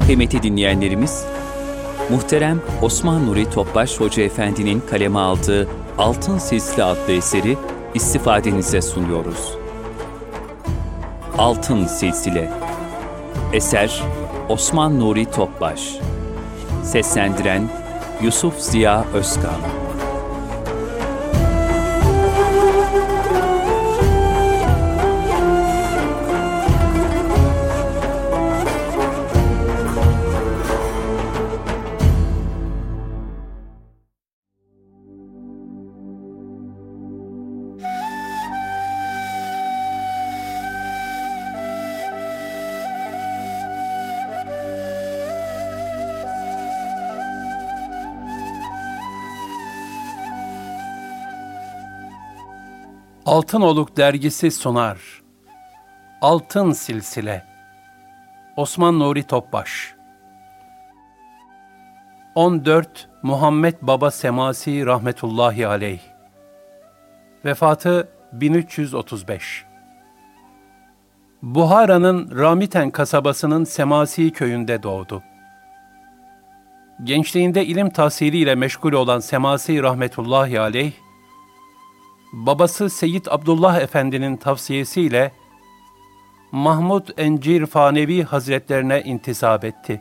Kıymetli dinleyenlerimiz, muhterem Osman Nuri Topbaş Hoca Efendi'nin kaleme aldığı Altın Silsile adlı eseri istifadenize sunuyoruz. Altın Silsile. Eser Osman Nuri Topbaş. Seslendiren Yusuf Ziya Özkan. Altınoluk Dergisi sunar. Altın Silsile. Osman Nuri Topbaş. 14 Muhammed Baba Semasi rahmetullahi aleyh. Vefatı 1335. Buhara'nın Ramiten kasabasının Semasi köyünde doğdu. Gençliğinde ilim tahsiliyle meşgul olan Semasi rahmetullahi aleyh, babası Seyyid Abdullah Efendi'nin tavsiyesiyle Mahmud Encir Fanevi Hazretlerine intisap etti.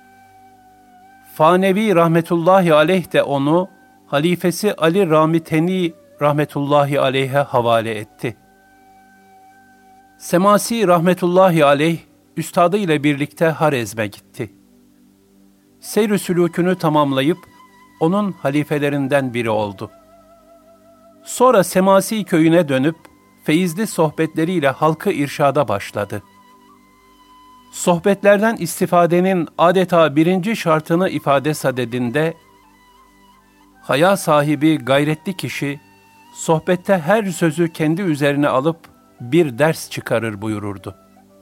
Fanevi rahmetullahi aleyh de onu halifesi Ali Ramiteni rahmetullahi aleyhe havale etti. Semasi rahmetullahi aleyh üstadı ile birlikte Harezm'e gitti. Seyr-i sülûkünü tamamlayıp onun halifelerinden biri oldu. Sonra Semasi köyüne dönüp feyizli sohbetleriyle halkı irşada başladı. Sohbetlerden istifadenin adeta birinci şartını ifade sadedinde, haya sahibi gayretli kişi, sohbette her sözü kendi üzerine alıp bir ders çıkarır buyururdu.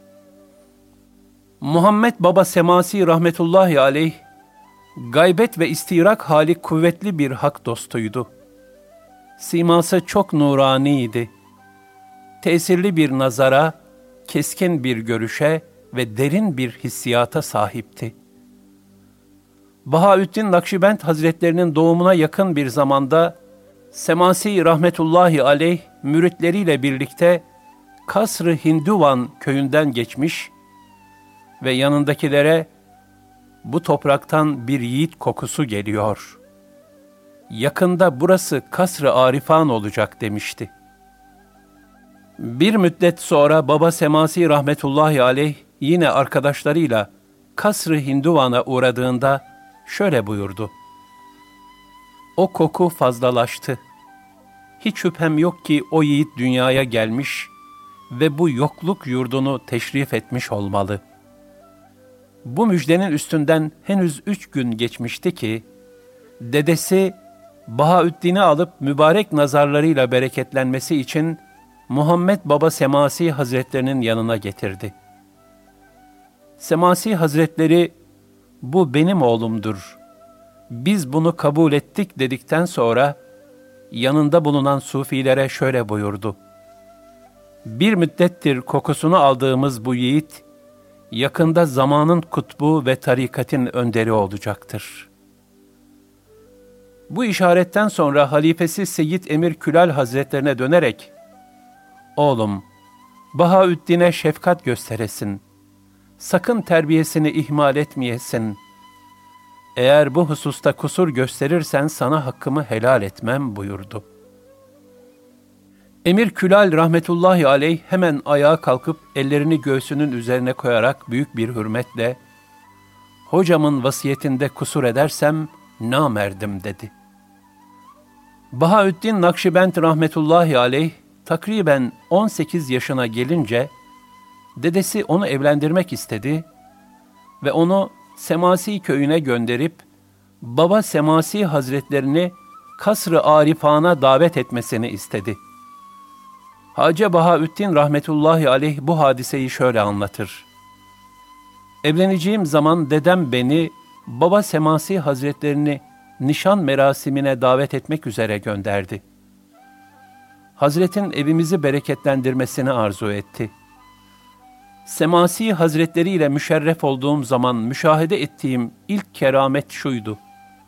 Muhammed Baba Semasi rahmetullahi aleyh, gaybet ve istirak hali kuvvetli bir hak dostuydu. Siması çok nuraniydi. Tesirli bir nazara, keskin bir görüşe ve derin bir hissiyata sahipti. Bahaüddin Nakşibend Hazretlerinin doğumuna yakın bir zamanda Semasi rahmetullahi aleyh müritleriyle birlikte Kasr-ı Hinduvan köyünden geçmiş ve yanındakilere bu topraktan bir yiğit kokusu geliyor. Yakında burası Kasr-ı Arifan olacak demişti. Bir müddet sonra Baba Semasi rahmetullahi aleyh yine arkadaşlarıyla Kasr-ı Hinduvan'a uğradığında şöyle buyurdu. O koku fazlalaştı. Hiç şüphem yok ki o yiğit dünyaya gelmiş ve bu yokluk yurdunu teşrif etmiş olmalı. Bu müjdenin üstünden henüz 3 gün geçmişti ki, dedesi Bahaüddin'i alıp mübarek nazarlarıyla bereketlenmesi için Muhammed Baba Semasi Hazretlerinin yanına getirdi. Semasi Hazretleri, bu benim oğlumdur, biz bunu kabul ettik dedikten sonra, yanında bulunan sufilere şöyle buyurdu. Bir müddettir kokusunu aldığımız bu yiğit, yakında zamanın kutbu ve tarikatin önderi olacaktır. Bu işaretten sonra halifesi Seyyid Emir Külal Hazretlerine dönerek, oğlum, Bahaüddin'e şefkat gösteresin, sakın terbiyesini ihmal etmeyesin. Eğer bu hususta kusur gösterirsen sana hakkımı helal etmem buyurdu. Emir Külal rahmetullahi aleyh hemen ayağa kalkıp ellerini göğsünün üzerine koyarak büyük bir hürmetle, hocamın vasiyetinde kusur edersem namerdim dedi. Bahaüddin Nakşibend rahmetullahi aleyh takriben 18 yaşına gelince dedesi onu evlendirmek istedi ve onu Semasi köyüne gönderip Baba Semasi Hazretlerini Kasr-ı Arifan'a davet etmesini istedi. Hacı Bahaüddin rahmetullahi aleyh bu hadiseyi şöyle anlatır. Evleneceğim zaman dedem beni Baba Semasi Hazretlerini nişan merasimine davet etmek üzere gönderdi. Hazretin evimizi bereketlendirmesini arzu etti. Semasi Hazretleri ile müşerref olduğum zaman müşahede ettiğim ilk keramet şuydu.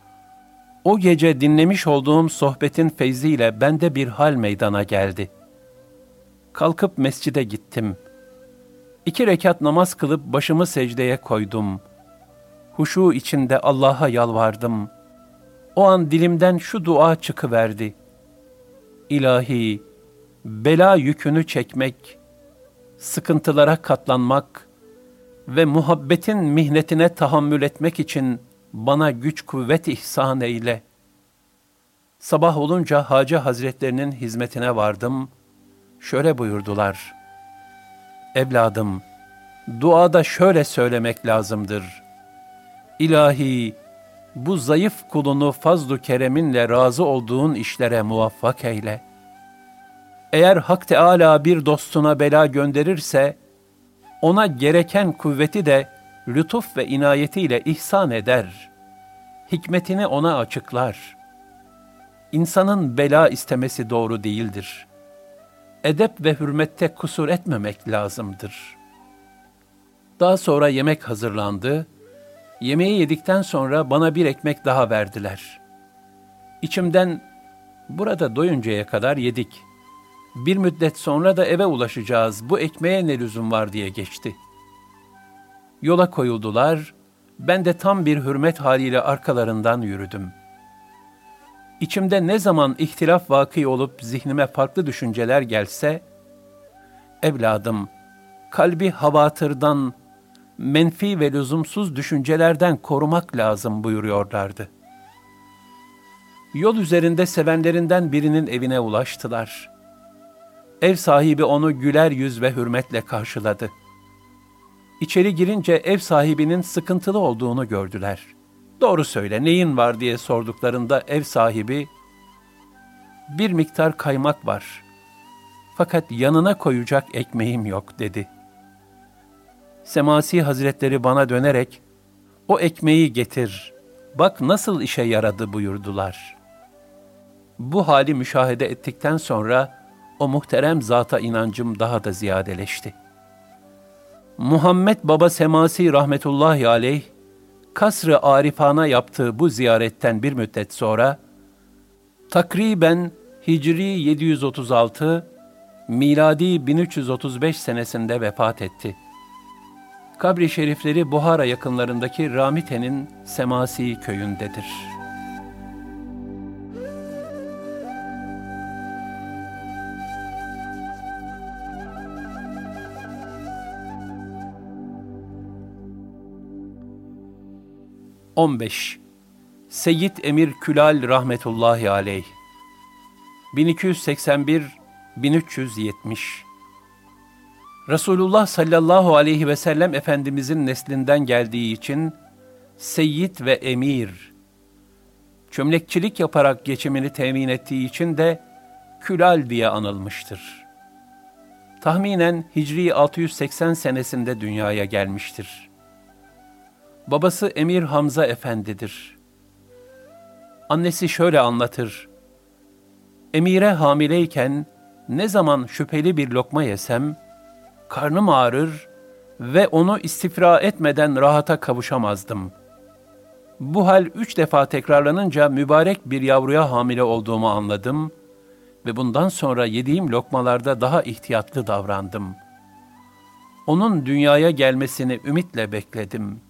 O gece dinlemiş olduğum sohbetin feyziyle bende bir hal meydana geldi. Kalkıp mescide gittim. 2 rekat namaz kılıp başımı secdeye koydum. Huşu içinde Allah'a yalvardım. O an dilimden şu dua çıkıverdi. İlahi, bela yükünü çekmek, sıkıntılara katlanmak ve muhabbetin mihnetine tahammül etmek için bana güç kuvvet ihsan eyle. Sabah olunca Hacı Hazretlerinin hizmetine vardım. Şöyle buyurdular. Evladım, duada şöyle söylemek lazımdır. İlahi, bu zayıf kulunu fazl-ı kereminle razı olduğun işlere muvaffak eyle. Eğer Hak Teâlâ bir dostuna bela gönderirse, ona gereken kuvveti de lütuf ve inayetiyle ihsan eder. Hikmetini ona açıklar. İnsanın bela istemesi doğru değildir. Edep ve hürmette kusur etmemek lazımdır. Daha sonra yemek hazırlandı. Yemeği yedikten sonra bana bir ekmek daha verdiler. İçimden, burada doyuncaya kadar yedik. Bir müddet sonra da eve ulaşacağız, bu ekmeğe ne lüzum var diye geçti. Yola koyuldular, ben de tam bir hürmet haliyle arkalarından yürüdüm. İçimde ne zaman ihtilaf vakı olup zihnime farklı düşünceler gelse, evladım, kalbi havatırdan, menfi ve lüzumsuz düşüncelerden korumak lazım buyuruyorlardı. Yol üzerinde sevenlerinden birinin evine ulaştılar. Ev sahibi onu güler yüz ve hürmetle karşıladı. İçeri girince ev sahibinin sıkıntılı olduğunu gördüler. Doğru söyle, neyin var diye sorduklarında ev sahibi, bir miktar kaymak var. Fakat yanına koyacak ekmeğim yok dedi. Semasi Hazretleri bana dönerek, o ekmeği getir, bak nasıl işe yaradı buyurdular. Bu hali müşahede ettikten sonra o muhterem zata inancım daha da ziyadeleşti. Muhammed Baba Semasi rahmetullahi aleyh, Kasr-ı Arifana yaptığı bu ziyaretten bir müddet sonra, takriben Hicri 736, miladi 1335 senesinde vefat etti. Kabri şerifleri Buhara yakınlarındaki Ramite'nin Semasi köyündedir. Seyyid Emir Külal rahmetullahi aleyh 1281-1370 Resulullah sallallahu aleyhi ve sellem Efendimizin neslinden geldiği için Seyyid ve Emir, çömlekçilik yaparak geçimini temin ettiği için de Külal diye anılmıştır. Tahminen Hicri 680 senesinde dünyaya gelmiştir. Babası Emir Hamza Efendi'dir. Annesi şöyle anlatır. Emire hamileyken ne zaman şüpheli bir lokma yesem, karnım ağrır ve onu istifra etmeden rahata kavuşamazdım. Bu hal 3 defa tekrarlanınca mübarek bir yavruya hamile olduğumu anladım ve bundan sonra yediğim lokmalarda daha ihtiyatlı davrandım. Onun dünyaya gelmesini ümitle bekledim.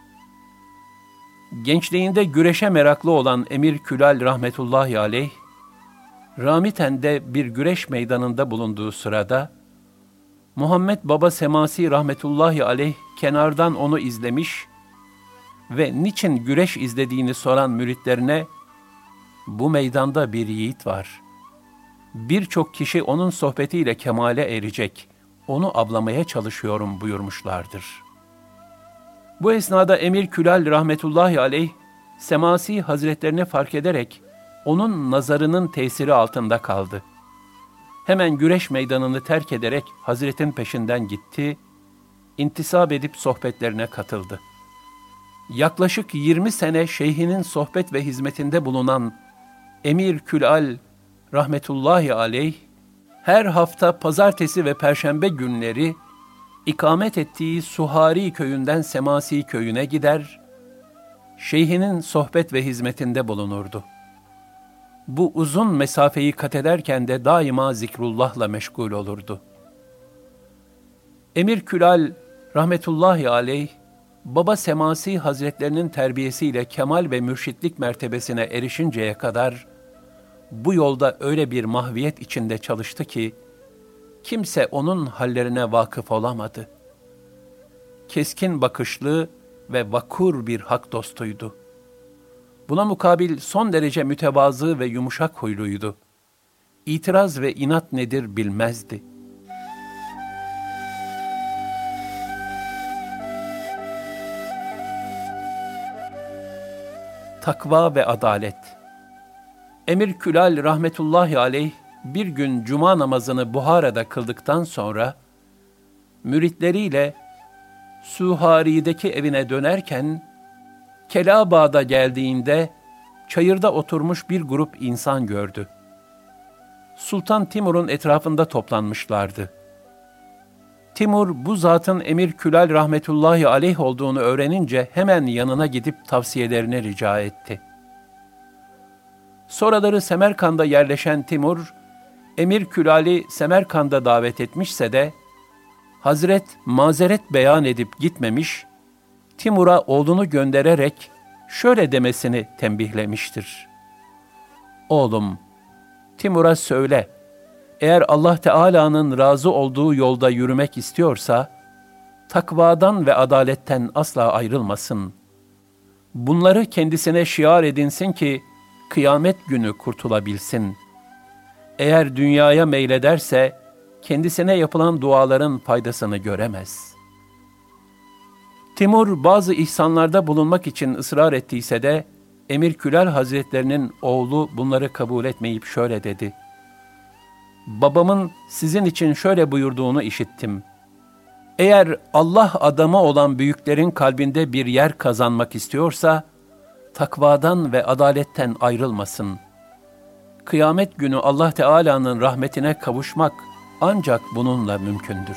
Gençliğinde güreşe meraklı olan Emir Külal rahmetullahi aleyh, Ramiten'de bir güreş meydanında bulunduğu sırada, Muhammed Baba Semasi rahmetullahi aleyh kenardan onu izlemiş ve niçin güreş izlediğini soran müritlerine, bu meydanda bir yiğit var. Birçok kişi onun sohbetiyle kemale erecek, onu avlamaya çalışıyorum buyurmuşlardır. Bu esnada Emir Külal rahmetullahi aleyh, Semasi Hazretlerini fark ederek, onun nazarının tesiri altında kaldı. Hemen güreş meydanını terk ederek Hazretin peşinden gitti, intisap edip sohbetlerine katıldı. Yaklaşık 20 sene şeyhinin sohbet ve hizmetinde bulunan Emir Külal rahmetullahi aleyh, her hafta pazartesi ve perşembe günleri ikamet ettiği Suhari köyünden Semasi köyüne gider, şeyhinin sohbet ve hizmetinde bulunurdu. Bu uzun mesafeyi kat ederken de daima zikrullahla meşgul olurdu. Emir Külal rahmetullahi aleyh, Baba Semasi Hazretlerinin terbiyesiyle kemal ve mürşitlik mertebesine erişinceye kadar bu yolda öyle bir mahviyet içinde çalıştı ki kimse onun hallerine vakıf olamadı. Keskin bakışlı ve vakur bir hak dostuydu. Buna mukabil son derece mütevazı ve yumuşak huyluydu. İtiraz ve inat nedir bilmezdi. Takva ve adalet. Emir Külal rahmetullahi aleyh bir gün cuma namazını Buhara'da kıldıktan sonra müritleriyle Suhari'deki evine dönerken Kelabağ'da geldiğinde çayırda oturmuş bir grup insan gördü. Sultan Timur'un etrafında toplanmışlardı. Timur bu zatın Emir Külal rahmetullahi aleyh olduğunu öğrenince hemen yanına gidip tavsiyelerini rica etti. Sonraları Semerkand'a yerleşen Timur, Emir Külal'i Semerkand'a davet etmişse de, Hazret mazeret beyan edip gitmemiş, Timur'a oğlunu göndererek şöyle demesini tembihlemiştir. Oğlum, Timur'a söyle, eğer Allah Teala'nın razı olduğu yolda yürümek istiyorsa, takvadan ve adaletten asla ayrılmasın. Bunları kendisine şiar edinsin ki, kıyamet günü kurtulabilsin. Eğer dünyaya meylederse, kendisine yapılan duaların faydasını göremez. Timur bazı ihsanlarda bulunmak için ısrar ettiyse de, Emir Külal Hazretlerinin oğlu bunları kabul etmeyip şöyle dedi. Babamın sizin için şöyle buyurduğunu işittim. Eğer Allah adamı olan büyüklerin kalbinde bir yer kazanmak istiyorsa, takvadan ve adaletten ayrılmasın. Kıyamet günü Allah Teala'nın rahmetine kavuşmak ancak bununla mümkündür.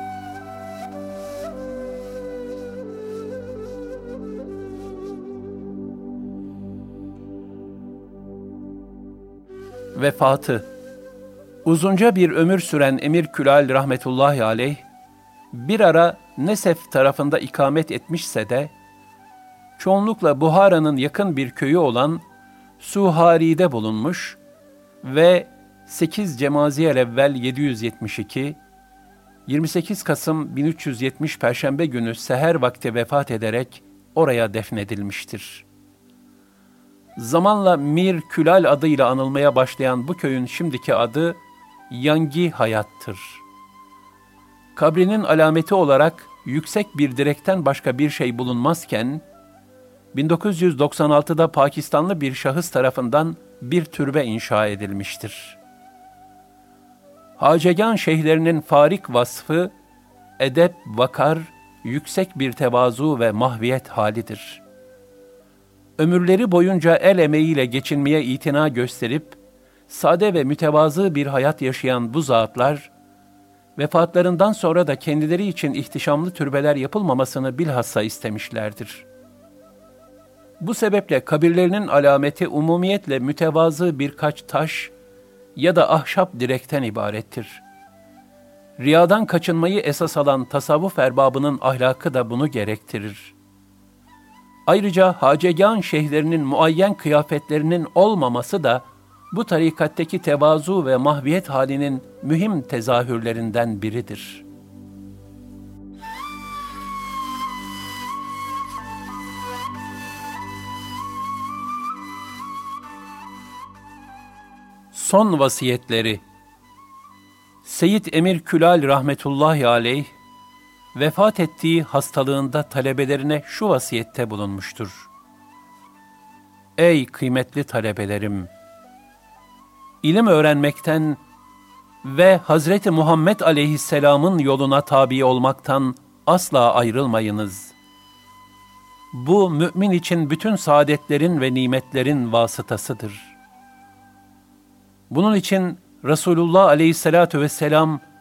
Vefatı. Uzunca bir ömür süren Emir Külal rahmetullahi aleyh, bir ara Nesef tarafında ikamet etmişse de, çoğunlukla Buhara'nın yakın bir köyü olan Suhari'de bulunmuş ve 8 Cemaziyel evvel 772, 28 Kasım 1370 Perşembe günü seher vakti vefat ederek oraya defnedilmiştir. Zamanla Mir Külal adıyla anılmaya başlayan bu köyün şimdiki adı Yangi Hayat'tır. Kabrinin alameti olarak yüksek bir direkten başka bir şey bulunmazken, 1996'da Pakistanlı bir şahıs tarafından bir türbe inşa edilmiştir. Hacegan şeyhlerinin farik vasfı, edep, vakar, yüksek bir tevazu ve mahviyet halidir. Ömürleri boyunca el emeğiyle geçinmeye itina gösterip, sade ve mütevazı bir hayat yaşayan bu zatlar, vefatlarından sonra da kendileri için ihtişamlı türbeler yapılmamasını bilhassa istemişlerdir. Bu sebeple kabirlerinin alameti umumiyetle mütevazı birkaç taş ya da ahşap direkten ibarettir. Riyadan kaçınmayı esas alan tasavvuf erbabının ahlakı da bunu gerektirir. Ayrıca hacegan şeyhlerinin muayyen kıyafetlerinin olmaması da bu tarikattaki tevazu ve mahviyet halinin mühim tezahürlerinden biridir. Son vasiyetleri. Seyyid Emir Külal rahmetullahi aleyh, vefat ettiği hastalığında talebelerine şu vasiyette bulunmuştur. Ey kıymetli talebelerim! İlim öğrenmekten ve Hazreti Muhammed aleyhisselamın yoluna tabi olmaktan asla ayrılmayınız. Bu mümin için bütün saadetlerin ve nimetlerin vasıtasıdır. Bunun için Resulullah aleyhissalatu vesselam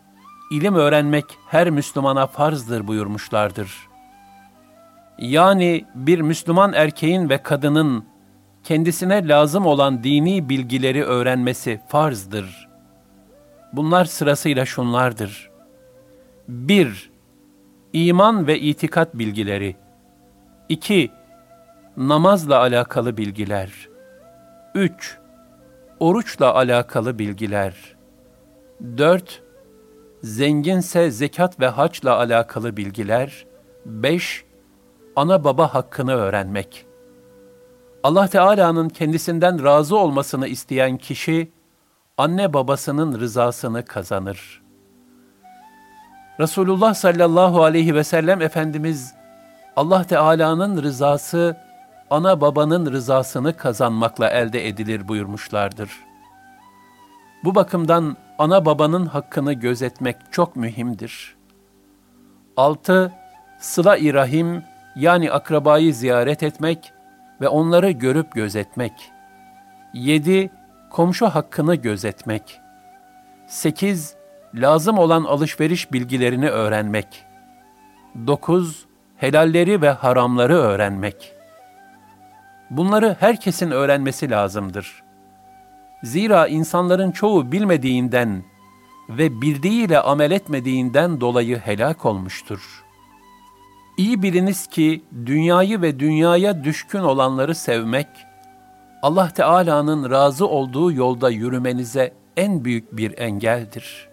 ilim öğrenmek her Müslümana farzdır buyurmuşlardır. Yani bir Müslüman erkeğin ve kadının kendisine lazım olan dini bilgileri öğrenmesi farzdır. Bunlar sırasıyla şunlardır. 1. İman ve itikat bilgileri. 2. Namazla alakalı bilgiler. 3. Oruçla alakalı bilgiler. 4. Zenginse zekat ve haçla alakalı bilgiler. 5. Ana baba hakkını öğrenmek. Allah Teala'nın kendisinden razı olmasını isteyen kişi, anne babasının rızasını kazanır. Resulullah sallallahu aleyhi ve sellem Efendimiz, Allah Teala'nın rızası, ana babanın rızasını kazanmakla elde edilir buyurmuşlardır. Bu bakımdan ana babanın hakkını gözetmek çok mühimdir. 6. Sıla-i rahim, yani akrabayı ziyaret etmek ve onları görüp gözetmek. 7. Komşu hakkını gözetmek. 8. Lazım olan alışveriş bilgilerini öğrenmek. 9. Helalleri ve haramları öğrenmek. Bunları herkesin öğrenmesi lazımdır. Zira insanların çoğu bilmediğinden ve bildiğiyle amel etmediğinden dolayı helak olmuştur. İyi biliniz ki dünyayı ve dünyaya düşkün olanları sevmek, Allah Teala'nın razı olduğu yolda yürümenize en büyük bir engeldir.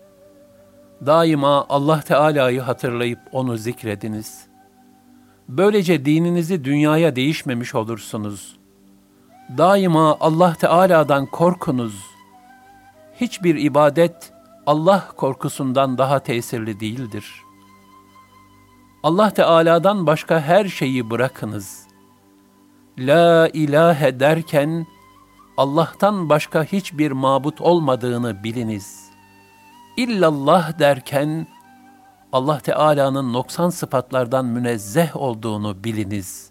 Daima Allah Teala'yı hatırlayıp onu zikrediniz. Böylece dininizi dünyaya değişmemiş olursunuz. Daima Allah Teala'dan korkunuz. Hiçbir ibadet Allah korkusundan daha tesirli değildir. Allah Teala'dan başka her şeyi bırakınız. La ilahe derken Allah'tan başka hiçbir mabut olmadığını biliniz. İllallah derken Allah Teala'nın noksan sıfatlardan münezzeh olduğunu biliniz.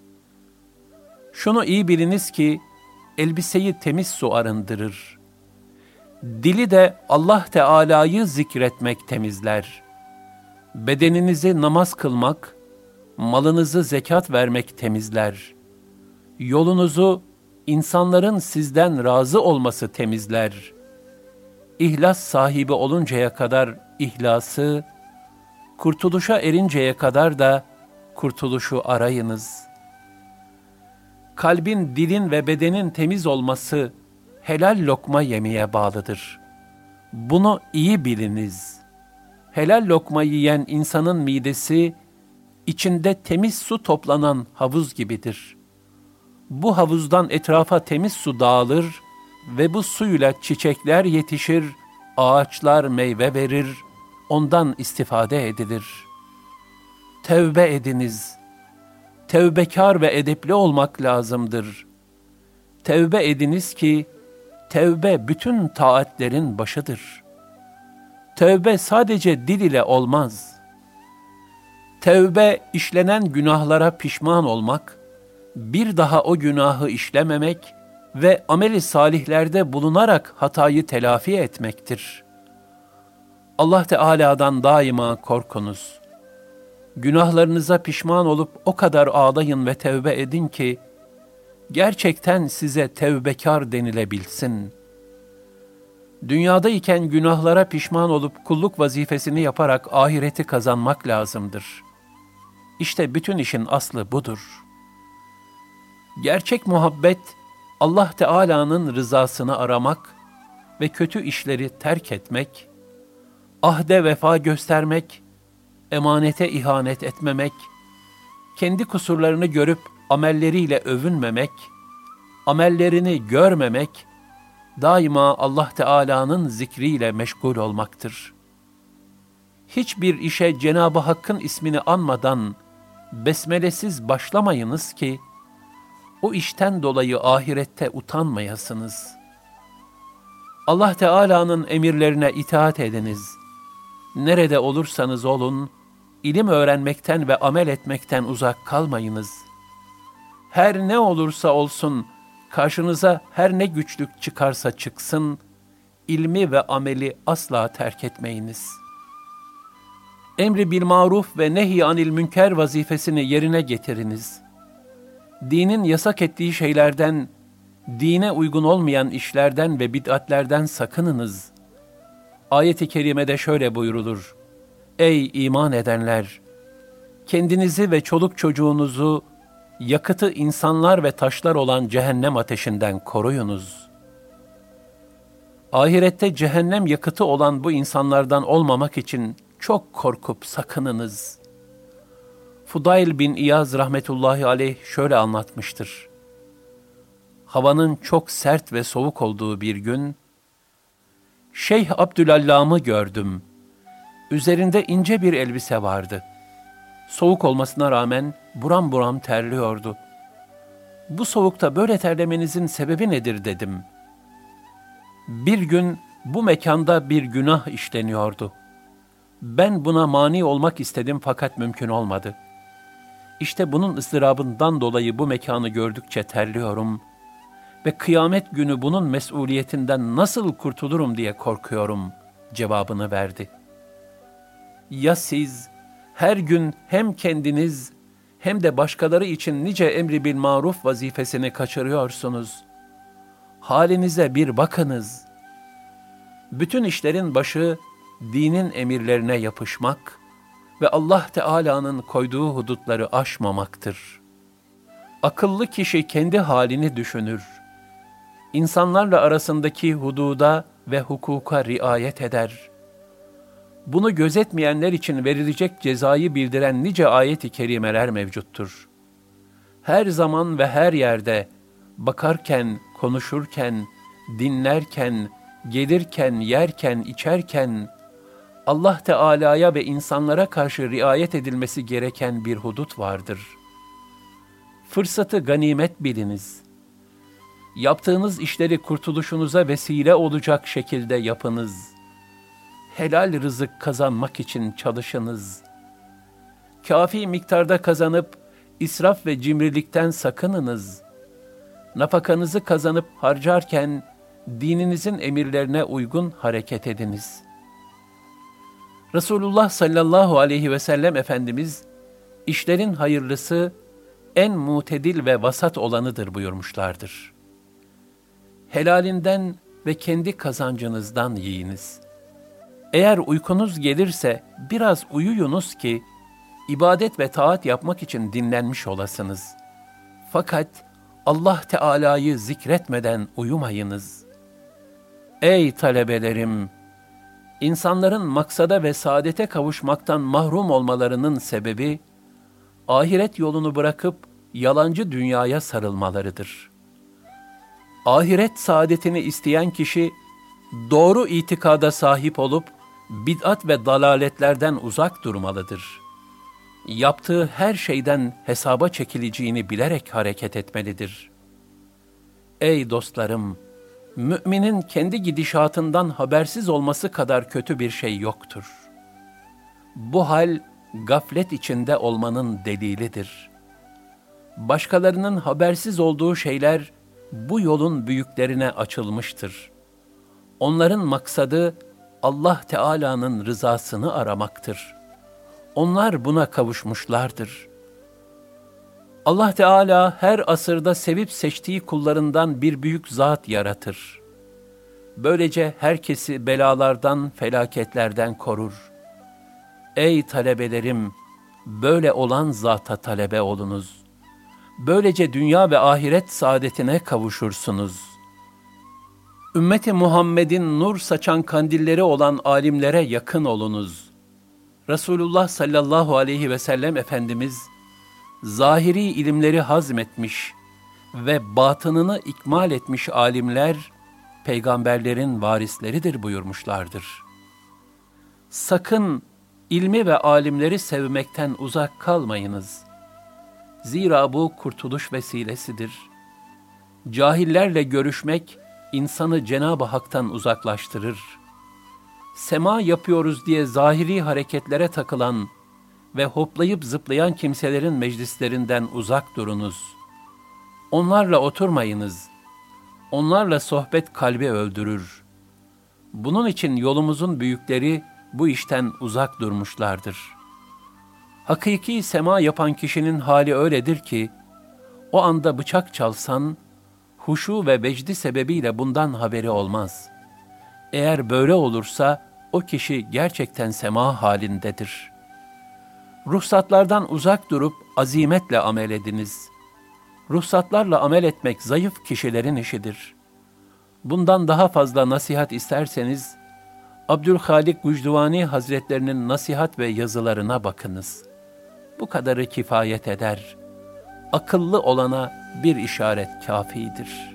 Şunu iyi biliniz ki elbiseyi temiz su arındırır. Dili de Allah Teala'yı zikretmek temizler. Bedeninizi namaz kılmak, malınızı zekat vermek temizler. Yolunuzu insanların sizden razı olması temizler. İhlas sahibi oluncaya kadar ihlası, kurtuluşa erinceye kadar da kurtuluşu arayınız. Kalbin, dilin ve bedenin temiz olması helal lokma yemeye bağlıdır. Bunu iyi biliniz. Helal lokma yiyen insanın midesi, içinde temiz su toplanan havuz gibidir. Bu havuzdan etrafa temiz su dağılır ve bu suyla çiçekler yetişir, ağaçlar meyve verir, ondan istifade edilir. Tevbe ediniz. Tevbekar ve edepli olmak lazımdır. Tevbe ediniz ki, tevbe bütün taatlerin başıdır. Tevbe sadece dil ile olmaz. Tevbe işlenen günahlara pişman olmak, bir daha o günahı işlememek ve ameli salihlerde bulunarak hatayı telafi etmektir. Allah Teala'dan daima korkunuz. Günahlarınıza pişman olup o kadar ağlayın ve tevbe edin ki, gerçekten size tevbekar denilebilsin. Dünyadayken günahlara pişman olup kulluk vazifesini yaparak ahireti kazanmak lazımdır. İşte bütün işin aslı budur. Gerçek muhabbet, Allah Teala'nın rızasını aramak ve kötü işleri terk etmek, ahde vefa göstermek, emanete ihanet etmemek, kendi kusurlarını görüp amelleriyle övünmemek, amellerini görmemek, daima Allah Teala'nın zikriyle meşgul olmaktır. Hiçbir işe Cenab-ı Hakk'ın ismini anmadan besmelesiz başlamayınız ki, o işten dolayı ahirette utanmayasınız. Allah Teala'nın emirlerine itaat ediniz. Nerede olursanız olun, ilim öğrenmekten ve amel etmekten uzak kalmayınız. Her ne olursa olsun, karşınıza her ne güçlük çıkarsa çıksın, ilmi ve ameli asla terk etmeyiniz.'' Emri bil maruf ve nehy anil münker vazifesini yerine getiriniz. Dinin yasak ettiği şeylerden, dine uygun olmayan işlerden ve bid'atlerden sakınınız. Ayet-i kerimede şöyle buyrulur: Ey iman edenler! Kendinizi ve çoluk çocuğunuzu yakıtı insanlar ve taşlar olan cehennem ateşinden koruyunuz. Ahirette cehennem yakıtı olan bu insanlardan olmamak için çok korkup sakınınız. Fudayl bin İyaz rahmetullahi aleyh şöyle anlatmıştır. Havanın çok sert ve soğuk olduğu bir gün, Şeyh Abdülallam'ı gördüm. Üzerinde ince bir elbise vardı. Soğuk olmasına rağmen buram buram terliyordu. Bu soğukta böyle terlemenizin sebebi nedir dedim. Bir gün bu mekanda bir günah işleniyordu. Ben buna mani olmak istedim fakat mümkün olmadı. İşte bunun ızdırabından dolayı bu mekanı gördükçe terliyorum ve kıyamet günü bunun mesuliyetinden nasıl kurtulurum diye korkuyorum cevabını verdi. Ya siz her gün hem kendiniz hem de başkaları için nice emri bil maruf vazifesini kaçırıyorsunuz. Halinize bir bakınız. Bütün işlerin başı dinin emirlerine yapışmak ve Allah Teala'nın koyduğu hudutları aşmamaktır. Akıllı kişi kendi halini düşünür. İnsanlarla arasındaki hududa ve hukuka riayet eder. Bunu gözetmeyenler için verilecek cezayı bildiren nice ayet-i kerimeler mevcuttur. Her zaman ve her yerde, bakarken, konuşurken, dinlerken, gelirken, yerken, içerken, Allah Teala'ya ve insanlara karşı riayet edilmesi gereken bir hudut vardır. Fırsatı ganimet biliniz. Yaptığınız işleri kurtuluşunuza vesile olacak şekilde yapınız. Helal rızık kazanmak için çalışınız. Kafi miktarda kazanıp israf ve cimrilikten sakınınız. Nafakanızı kazanıp harcarken dininizin emirlerine uygun hareket ediniz. Resulullah sallallahu aleyhi ve sellem Efendimiz, işlerin hayırlısı en mutedil ve vasat olanıdır buyurmuşlardır. Helalinden ve kendi kazancınızdan yiyiniz. Eğer uykunuz gelirse biraz uyuyunuz ki ibadet ve taat yapmak için dinlenmiş olasınız. Fakat Allah Teala'yı zikretmeden uyumayınız. Ey talebelerim! İnsanların maksada ve saadete kavuşmaktan mahrum olmalarının sebebi, ahiret yolunu bırakıp yalancı dünyaya sarılmalarıdır. Ahiret saadetini isteyen kişi, doğru itikada sahip olup, bid'at ve dalaletlerden uzak durmalıdır. Yaptığı her şeyden hesaba çekileceğini bilerek hareket etmelidir. Ey dostlarım! Müminin kendi gidişatından habersiz olması kadar kötü bir şey yoktur. Bu hal, gaflet içinde olmanın delilidir. Başkalarının habersiz olduğu şeyler, bu yolun büyüklerine açılmıştır. Onların maksadı, Allah Teala'nın rızasını aramaktır. Onlar buna kavuşmuşlardır. Allah Teala her asırda sevip seçtiği kullarından bir büyük zat yaratır. Böylece herkesi belalardan, felaketlerden korur. Ey talebelerim! Böyle olan zata talebe olunuz. Böylece dünya ve ahiret saadetine kavuşursunuz. Ümmeti Muhammed'in nur saçan kandilleri olan alimlere yakın olunuz. Resulullah sallallahu aleyhi ve sellem Efendimiz, zahiri ilimleri hazmetmiş ve batınını ikmal etmiş alimler, peygamberlerin varisleridir buyurmuşlardır. Sakın ilmi ve alimleri sevmekten uzak kalmayınız. Zira bu kurtuluş vesilesidir. Cahillerle görüşmek, insanı Cenab-ı Hak'tan uzaklaştırır. Sema yapıyoruz diye zahiri hareketlere takılan ve hoplayıp zıplayan kimselerin meclislerinden uzak durunuz. Onlarla oturmayınız. Onlarla sohbet kalbi öldürür. Bunun için yolumuzun büyükleri bu işten uzak durmuşlardır. Hakiki sema yapan kişinin hali öyledir ki, o anda bıçak çalsan, huşu ve vecdi sebebiyle bundan haberi olmaz. Eğer böyle olursa, o kişi gerçekten sema halindedir. Ruhsatlardan uzak durup azimetle amel ediniz. Ruhsatlarla amel etmek zayıf kişilerin işidir. Bundan daha fazla nasihat isterseniz, Abdülhalik Gucduvani Hazretlerinin nasihat ve yazılarına bakınız. Bu kadarı kifayet eder. Akıllı olana bir işaret kâfidir.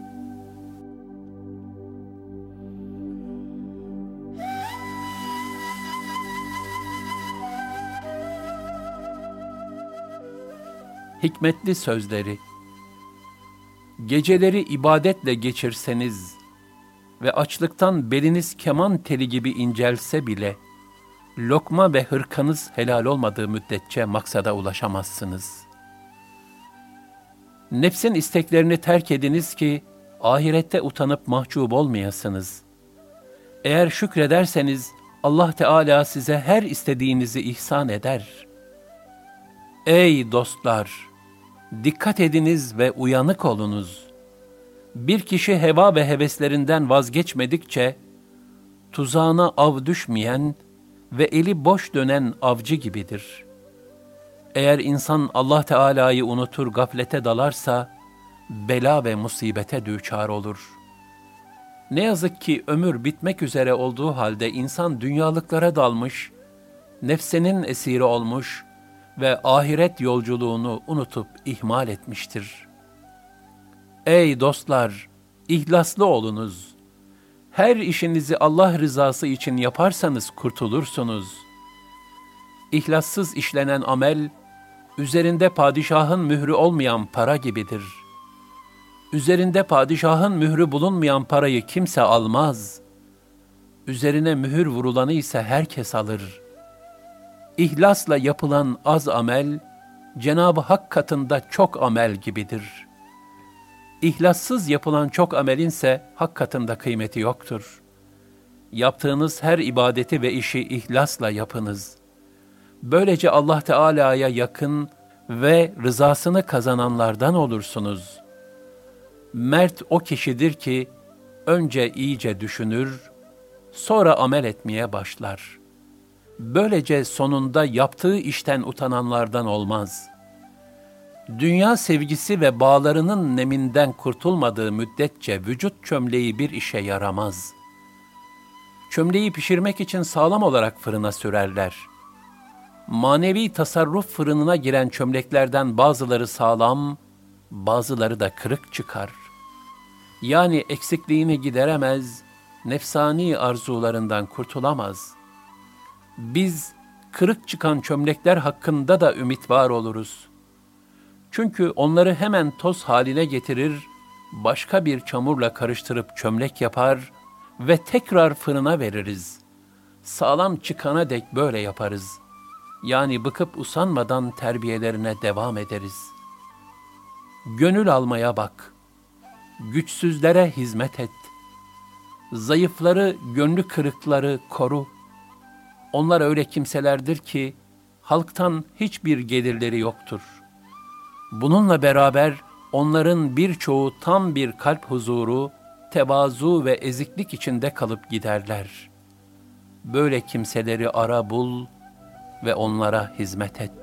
Hikmetli sözleri. Geceleri ibadetle geçirseniz ve açlıktan beliniz keman teli gibi incelse bile, lokma ve hırkanız helal olmadığı müddetçe maksada ulaşamazsınız. Nefsin isteklerini terk ediniz ki, ahirette utanıp mahcup olmayasınız. Eğer şükrederseniz, Allah Teala size her istediğinizi ihsan eder. Ey dostlar! Dikkat ediniz ve uyanık olunuz. Bir kişi heva ve heveslerinden vazgeçmedikçe, tuzağına av düşmeyen ve eli boş dönen avcı gibidir. Eğer insan Allah Teala'yı unutur gaflete dalarsa, bela ve musibete düçar olur. Ne yazık ki ömür bitmek üzere olduğu halde insan dünyalıklara dalmış, nefsinin esiri olmuş ve ahiret yolculuğunu unutup ihmal etmiştir. Ey dostlar! İhlaslı olunuz. Her işinizi Allah rızası için yaparsanız kurtulursunuz. İhlassız işlenen amel, üzerinde padişahın mührü olmayan para gibidir. Üzerinde padişahın mührü bulunmayan parayı kimse almaz. Üzerine mühür vurulanı ise herkes alır. İhlasla yapılan az amel, Cenab-ı Hak katında çok amel gibidir. İhlassız yapılan çok amelinse Hak katında kıymeti yoktur. Yaptığınız her ibadeti ve işi ihlasla yapınız. Böylece Allah Teala'ya yakın ve rızasını kazananlardan olursunuz. Mert o kişidir ki, önce iyice düşünür, sonra amel etmeye başlar. Böylece sonunda yaptığı işten utananlardan olmaz. Dünya sevgisi ve bağlarının neminden kurtulmadığı müddetçe vücut çömleği bir işe yaramaz. Çömleği pişirmek için sağlam olarak fırına sürerler. Manevi tasarruf fırınına giren çömleklerden bazıları sağlam, bazıları da kırık çıkar. Yani eksikliğini gideremez, nefsani arzularından kurtulamaz. Biz kırık çıkan çömlekler hakkında da ümit var oluruz. Çünkü onları hemen toz haline getirir, başka bir çamurla karıştırıp çömlek yapar ve tekrar fırına veririz. Sağlam çıkana dek böyle yaparız. Yani bıkıp usanmadan terbiyelerine devam ederiz. Gönül almaya bak. Güçsüzlere hizmet et. Zayıfları, gönlü kırıkları koru. Onlar öyle kimselerdir ki, halktan hiçbir gelirleri yoktur. Bununla beraber, onların birçoğu tam bir kalp huzuru, tevazu ve eziklik içinde kalıp giderler. Böyle kimseleri ara bul ve onlara hizmet et.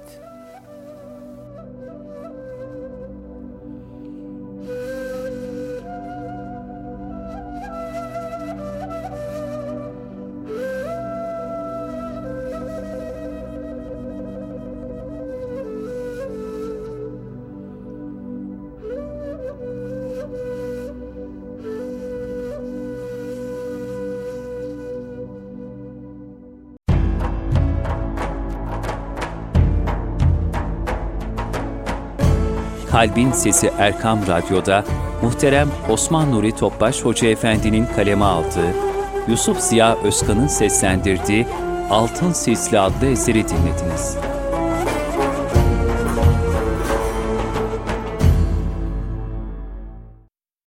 Kalbin Sesi Erkam Radyo'da muhterem Osman Nuri Topbaş Hoca Efendi'nin kaleme aldığı, Yusuf Ziya Özkan'ın seslendirdiği Altın Sisli adlı eseri dinlediniz.